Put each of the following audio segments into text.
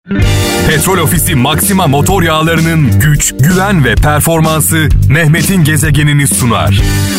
Petrol Ofisi Maxima motor yağlarının güç, güven ve performansı Mehmet'in gezegenini sunar.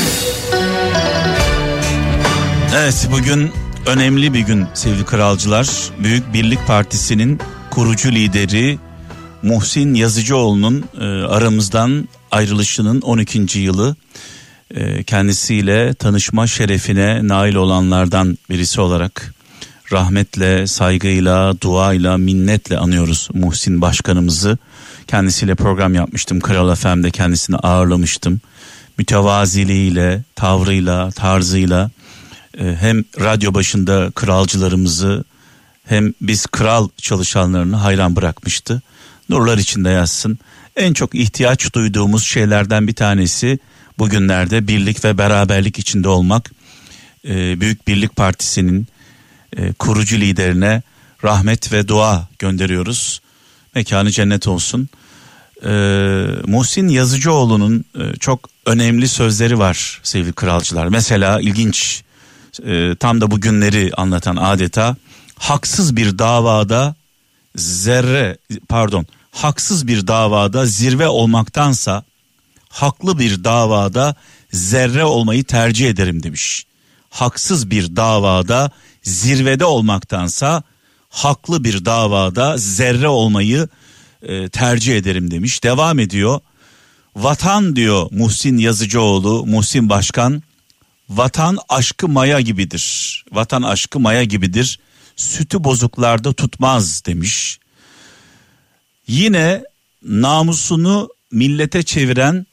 Evet, bugün önemli bir gün sevgili kralcılar. Büyük Birlik Partisi'nin kurucu lideri Muhsin Yazıcıoğlu'nun aramızdan ayrılışının 12. yılı. Kendisiyle tanışma şerefine nail olanlardan birisi olarak rahmetle, saygıyla, duayla, minnetle anıyoruz Muhsin Başkanımızı. Kendisiyle program yapmıştım. Kral FM'de kendisini ağırlamıştım. Mütevaziliğiyle, tavrıyla, tarzıyla hem radyo başında kralcılarımızı hem biz kral çalışanlarını hayran bırakmıştı. Nurlar içinde yatsın. En çok ihtiyaç duyduğumuz şeylerden bir tanesi bugünlerde birlik ve beraberlik içinde olmak. Büyük Birlik Partisi'nin kurucu liderine rahmet ve dua gönderiyoruz. Mekanı cennet olsun. Muhsin Yazıcıoğlu'nun çok önemli sözleri var sevgili kralcılar. Mesela ilginç, tam da bu günleri anlatan adeta haksız bir davada zirve olmaktansa haklı bir davada zerre olmayı tercih ederim demiş. Haksız bir davada zirvede olmaktansa haklı bir davada zerre olmayı tercih ederim demiş. Devam ediyor. Vatan diyor Muhsin Yazıcıoğlu, Muhsin Başkan, vatan aşkı maya gibidir. Vatan aşkı maya gibidir. Sütü bozuklarda tutmaz demiş. Yine namusunu millete çeviren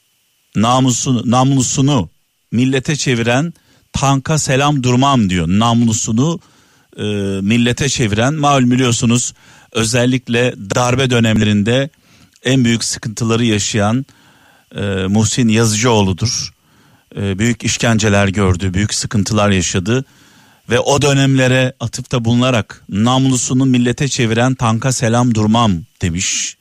tanka selam durmam diyor. Namlusunu millete çeviren, malum biliyorsunuz özellikle darbe dönemlerinde en büyük sıkıntıları yaşayan Muhsin Yazıcıoğlu'dur. Büyük işkenceler gördü, büyük sıkıntılar yaşadı ve o dönemlere atıfta bulunarak namlusunu millete çeviren tanka selam durmam demiş.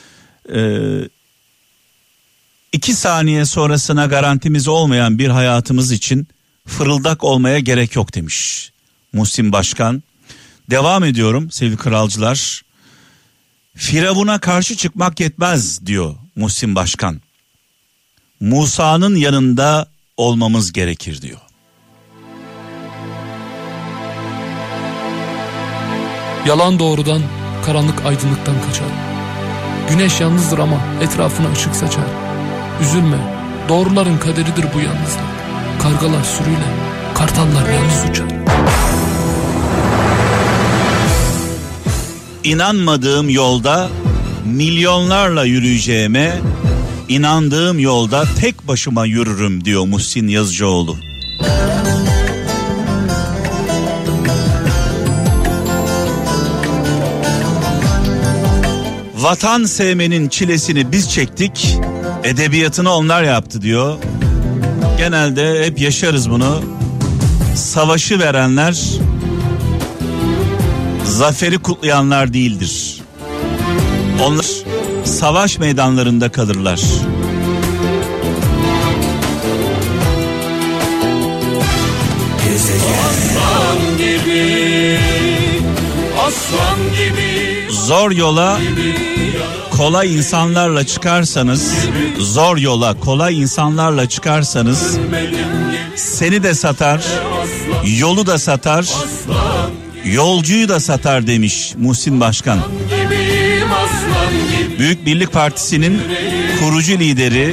2 saniye sonrasına garantimiz olmayan bir hayatımız için fırıldak olmaya gerek yok demiş Muhsin Başkan. Devam ediyorum sevgili kralcılar. Firavun'a karşı çıkmak yetmez diyor Muhsin Başkan. Musa'nın yanında olmamız gerekir diyor. Yalan doğrudan, karanlık aydınlıktan kaçar. Güneş yalnızdır ama etrafına ışık saçar. Üzülme, doğruların kaderidir bu yalnızlık. Kargalar sürüyle, kartallar yalnız uçar. İnanmadığım yolda milyonlarla yürüyeceğime, inandığım yolda tek başıma yürürüm diyor Muhsin Yazıcıoğlu. Vatan sevmenin çilesini biz çektik, edebiyatını onlar yaptı diyor. Genelde hep yaşarız bunu. Savaşı verenler zaferi kutlayanlar değildir. Onlar savaş meydanlarında kalırlar. Aslan gibi, aslan gibi. Zor yola kolay insanlarla çıkarsanız, seni de satar, yolu da satar, yolcuyu da satar demiş Muhsin Başkan. Büyük Birlik Partisi'nin kurucu lideri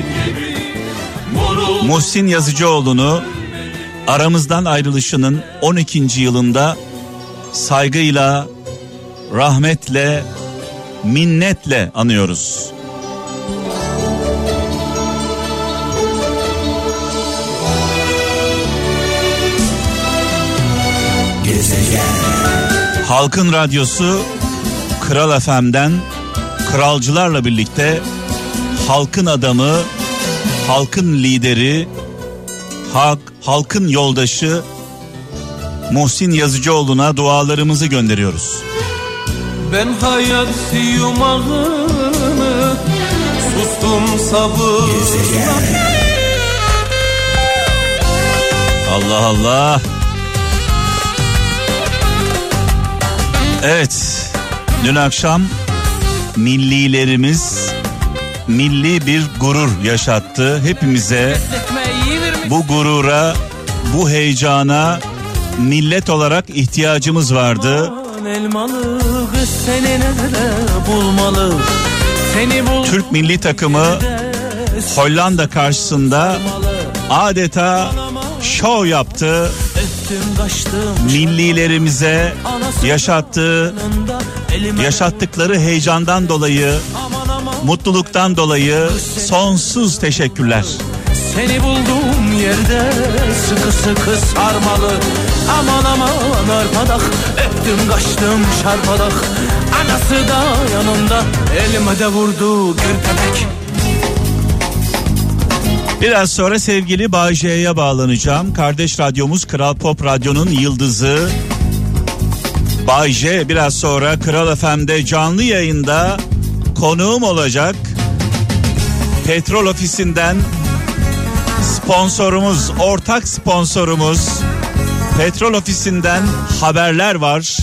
Muhsin Yazıcıoğlu'nu aramızdan ayrılışının 12. yılında saygıyla, rahmetle, minnetle anıyoruz. Halkın Radyosu Kral FM'den kralcılarla birlikte halkın adamı, halkın lideri, halkın yoldaşı Muhsin Yazıcıoğlu'na dualarımızı gönderiyoruz. Ben hayat yumağını sustum sabırla. Allah Allah. Evet, Dün akşam millilerimiz milli bir gurur yaşattı. Hepimize bu gurura, bu heyecana millet olarak ihtiyacımız vardı. Türk milli takımı Hollanda karşısında adeta şov yaptı. Millilerimize yaşattıkları heyecandan dolayı, mutluluktan dolayı sonsuz teşekkürler. Seni bulduğum yerde sıkı sıkı sarmalı. Aman aman arpadak, öptüm kaçtım şarpadak. Anası da yanımda, elime de vurdu gürpedek. Biraz sonra sevgili Bay J'ye bağlanacağım. Kardeş radyomuz Kral Pop Radyo'nun yıldızı Bay J biraz sonra Kral FM'de canlı yayında konuğum olacak. Petrol Ofisi'nden sponsorumuz, ortak sponsorumuz Petrol Ofisi'nden haberler var.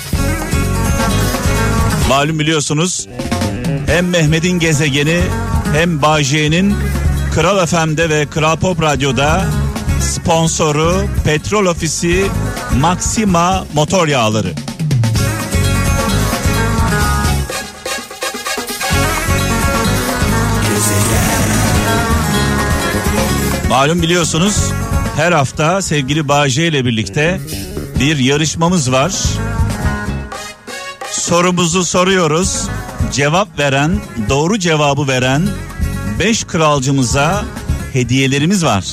Malum biliyorsunuz hem Mehmet'in gezegeni hem Bay J'nin Kral FM'de ve Kral Pop Radyo'da sponsoru Petrol Ofisi Maxima motor yağları. Malum biliyorsunuz her hafta sevgili Bay J ile birlikte bir yarışmamız var. Sorumuzu soruyoruz. Cevap veren, doğru cevabı veren 5 kralcımıza hediyelerimiz var.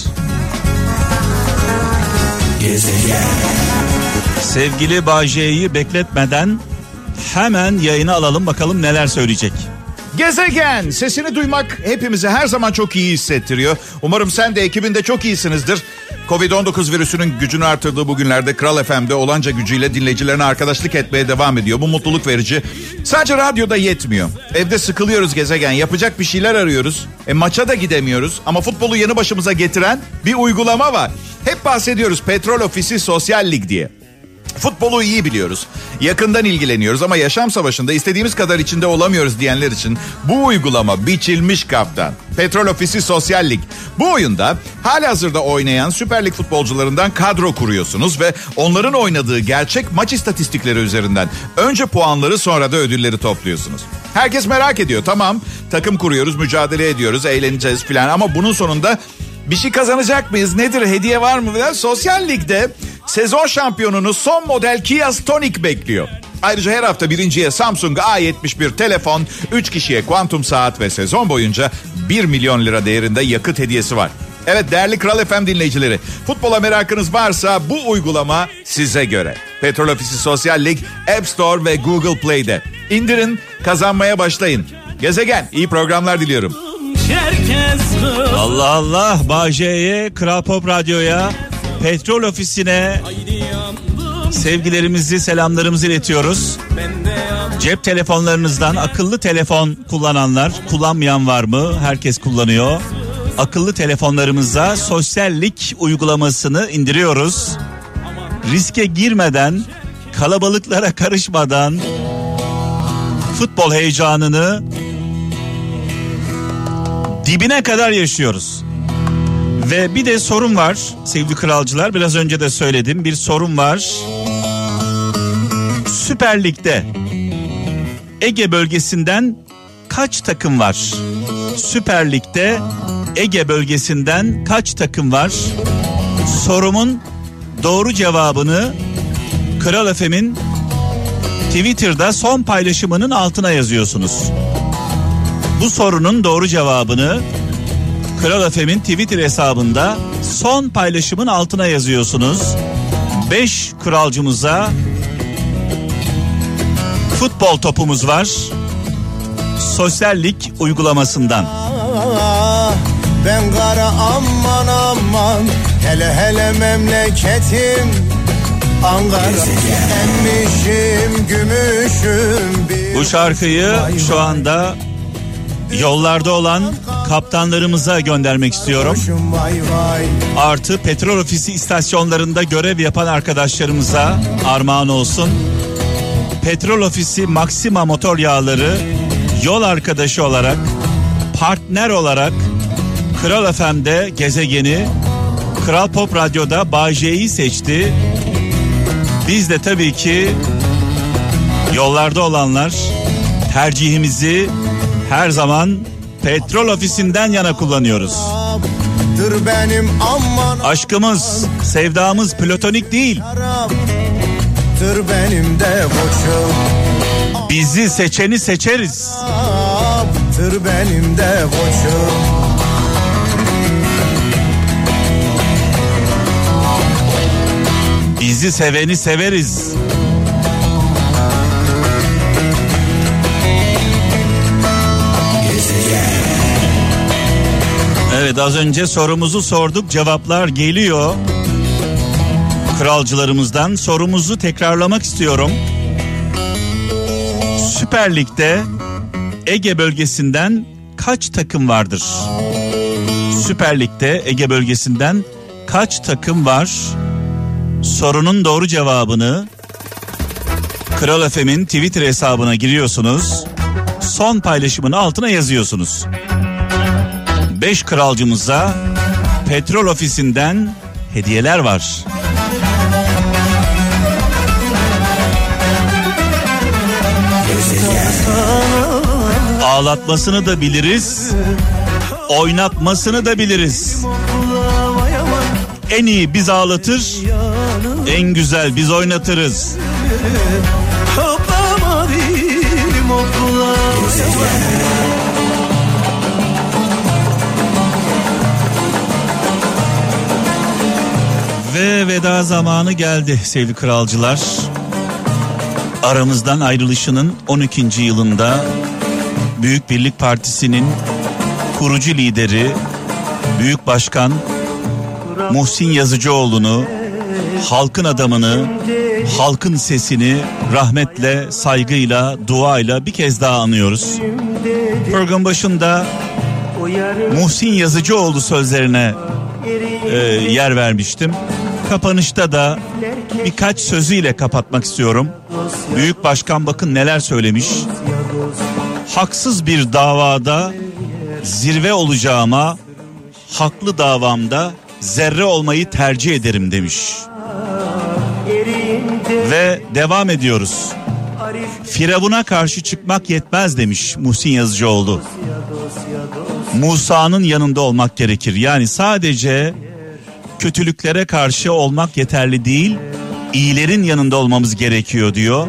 Gezegen. Sevgili Bay J'yi bekletmeden hemen yayına alalım, bakalım neler söyleyecek. Gezegen, sesini duymak hepimize her zaman çok iyi hissettiriyor. Umarım sen de ekibinde çok iyisinizdir. Covid-19 virüsünün gücünü artırdığı bu günlerde Kral FM'de olanca gücüyle dinleyicilerine arkadaşlık etmeye devam ediyor. Bu mutluluk verici. Sadece radyoda yetmiyor. Evde sıkılıyoruz Gezegen. Yapacak bir şeyler arıyoruz. Maça da gidemiyoruz. Ama futbolu yanı başımıza getiren bir uygulama var. Hep bahsediyoruz Petrol Ofisi Sosyal Lig diye. Futbolu iyi biliyoruz. Yakından ilgileniyoruz ama yaşam savaşında istediğimiz kadar içinde olamıyoruz diyenler için bu uygulama biçilmiş kaptan. Petrol Ofisi Sosyal Lig. Bu oyunda halihazırda oynayan Süper Lig futbolcularından kadro kuruyorsunuz ve onların oynadığı gerçek maç istatistikleri üzerinden önce puanları sonra da ödülleri topluyorsunuz. Herkes merak ediyor. Tamam, takım kuruyoruz, mücadele ediyoruz, eğleneceğiz filan ama bunun sonunda bir şey kazanacak mıyız? Nedir? Hediye var mı? Sosyal Lig'de sezon şampiyonunu son model Kia Stonic bekliyor. Ayrıca her hafta birinciye Samsung A71 telefon, 3 kişiye kuantum saat ve sezon boyunca 1 milyon lira değerinde yakıt hediyesi var. Evet değerli Kral FM dinleyicileri, futbola merakınız varsa bu uygulama size göre. Petrol Ofisi Sosyal Lig App Store ve Google Play'de. İndirin, kazanmaya başlayın. Gezegen, iyi programlar diliyorum. Allah Allah, Bay J'ye, Kral Pop Radyo'ya, Petrol Ofisi'ne sevgilerimizi, selamlarımızı iletiyoruz. Cep telefonlarınızdan akıllı telefon kullananlar, kullanmayan var mı? Herkes kullanıyor. Akıllı telefonlarımıza sosyallik uygulamasını indiriyoruz. Riske girmeden, kalabalıklara karışmadan futbol heyecanını dibine kadar yaşıyoruz. Ve bir de sorun var sevgili kralcılar, biraz önce de söyledim, bir sorun var. Süper Lig'de Ege bölgesinden kaç takım var? Süper Lig'de Ege bölgesinden kaç takım var? Sorumun doğru cevabını Kral FM'in Twitter'da son paylaşımının altına yazıyorsunuz. Bu sorunun doğru cevabını Kral FM'in Twitter hesabında son paylaşımın altına yazıyorsunuz. 5 kralcımıza futbol topumuz var. Sosyallik uygulamasından. Ben kara aman aman, hele hele memleketim Ankara, emmişim gümüşüm. Bu şarkıyı şu anda yollarda olan kaptanlarımıza göndermek istiyorum. Artı Petrol Ofisi istasyonlarında görev yapan arkadaşlarımıza armağan olsun. Petrol Ofisi Maxima Motor Yağları yol arkadaşı olarak, partner olarak Kral FM'de gezegeni, Kral Pop Radyo'da Bay J'yi seçti. Biz de tabii ki yollarda olanlar tercihimizi her zaman Petrol Ofisi'nden yana kullanıyoruz. Benim aman, aşkımız, sevdamız platonik değil. Tır benim de koçum. Bizi seçeni seçeriz. Tır benim de koçum. Bizi seveni severiz. Evet, az önce sorumuzu sorduk, cevaplar geliyor kralcılarımızdan. Sorumuzu tekrarlamak istiyorum. Süper Lig'de Ege bölgesinden kaç takım vardır? Süper Lig'de Ege bölgesinden kaç takım var? Sorunun doğru cevabını Kral FM'in Twitter hesabına giriyorsunuz. Son paylaşımın altına yazıyorsunuz. 5 kralcımıza Petrol Ofisi'nden hediyeler var. Ağlatmasını da biliriz, oynatmasını da biliriz. En iyi biz ağlatır, en güzel biz oynatırız. Ve veda zamanı geldi sevgili kralcılar. Aramızdan ayrılışının 12. yılında Büyük Birlik Partisi'nin kurucu lideri Büyük Başkan Muhsin Yazıcıoğlu'nu, halkın adamını, halkın sesini rahmetle, saygıyla, duayla bir kez daha anıyoruz. Program başında Muhsin Yazıcıoğlu sözlerine yer vermiştim. Kapanışta da birkaç sözüyle kapatmak istiyorum. Büyük Başkan bakın neler söylemiş. Haksız bir davada zirve olacağıma, haklı davamda zerre olmayı tercih ederim demiş. Ve devam ediyoruz. Firavun'a karşı çıkmak yetmez demiş Muhsin Yazıcıoğlu. Musa'nın yanında olmak gerekir. Yani sadece kötülüklere karşı olmak yeterli değil, iyilerin yanında olmamız gerekiyor diyor.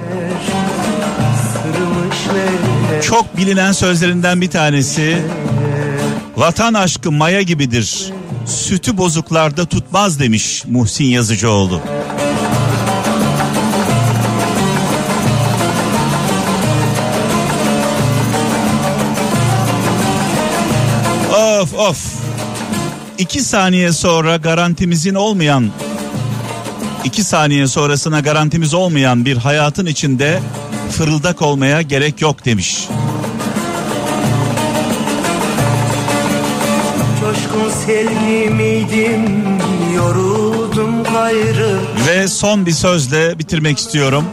Çok bilinen sözlerinden bir tanesi, vatan aşkı maya gibidir, sütü bozuklarda tutmaz demiş Muhsin Yazıcıoğlu. Of. 2 saniye sonra garantimizin olmayan, 2 saniye sonrasına garantimiz olmayan bir hayatın içinde fırıldak olmaya gerek yok demiş. Coşkun sevgimiydim, yoruldum gayrı. Ve son bir sözle bitirmek istiyorum.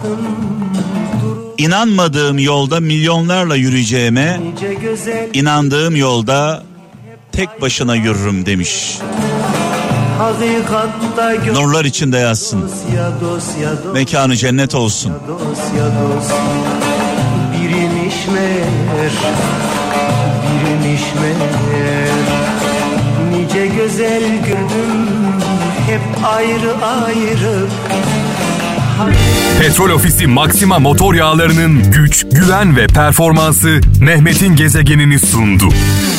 İnanmadığım yolda milyonlarla yürüyeceğime, inandığım yolda tek başına yürürüm demiş. Nurlar içinde yatsın. Mekanı cennet olsun. Biriymiş meğer, biriymiş meğer. Nice güzel gördüm, hep ayrı ayrı. Petrol Ofisi Maxima Motor Yağları'nın güç, güven ve performansı Mehmet'in gezegenini sundu.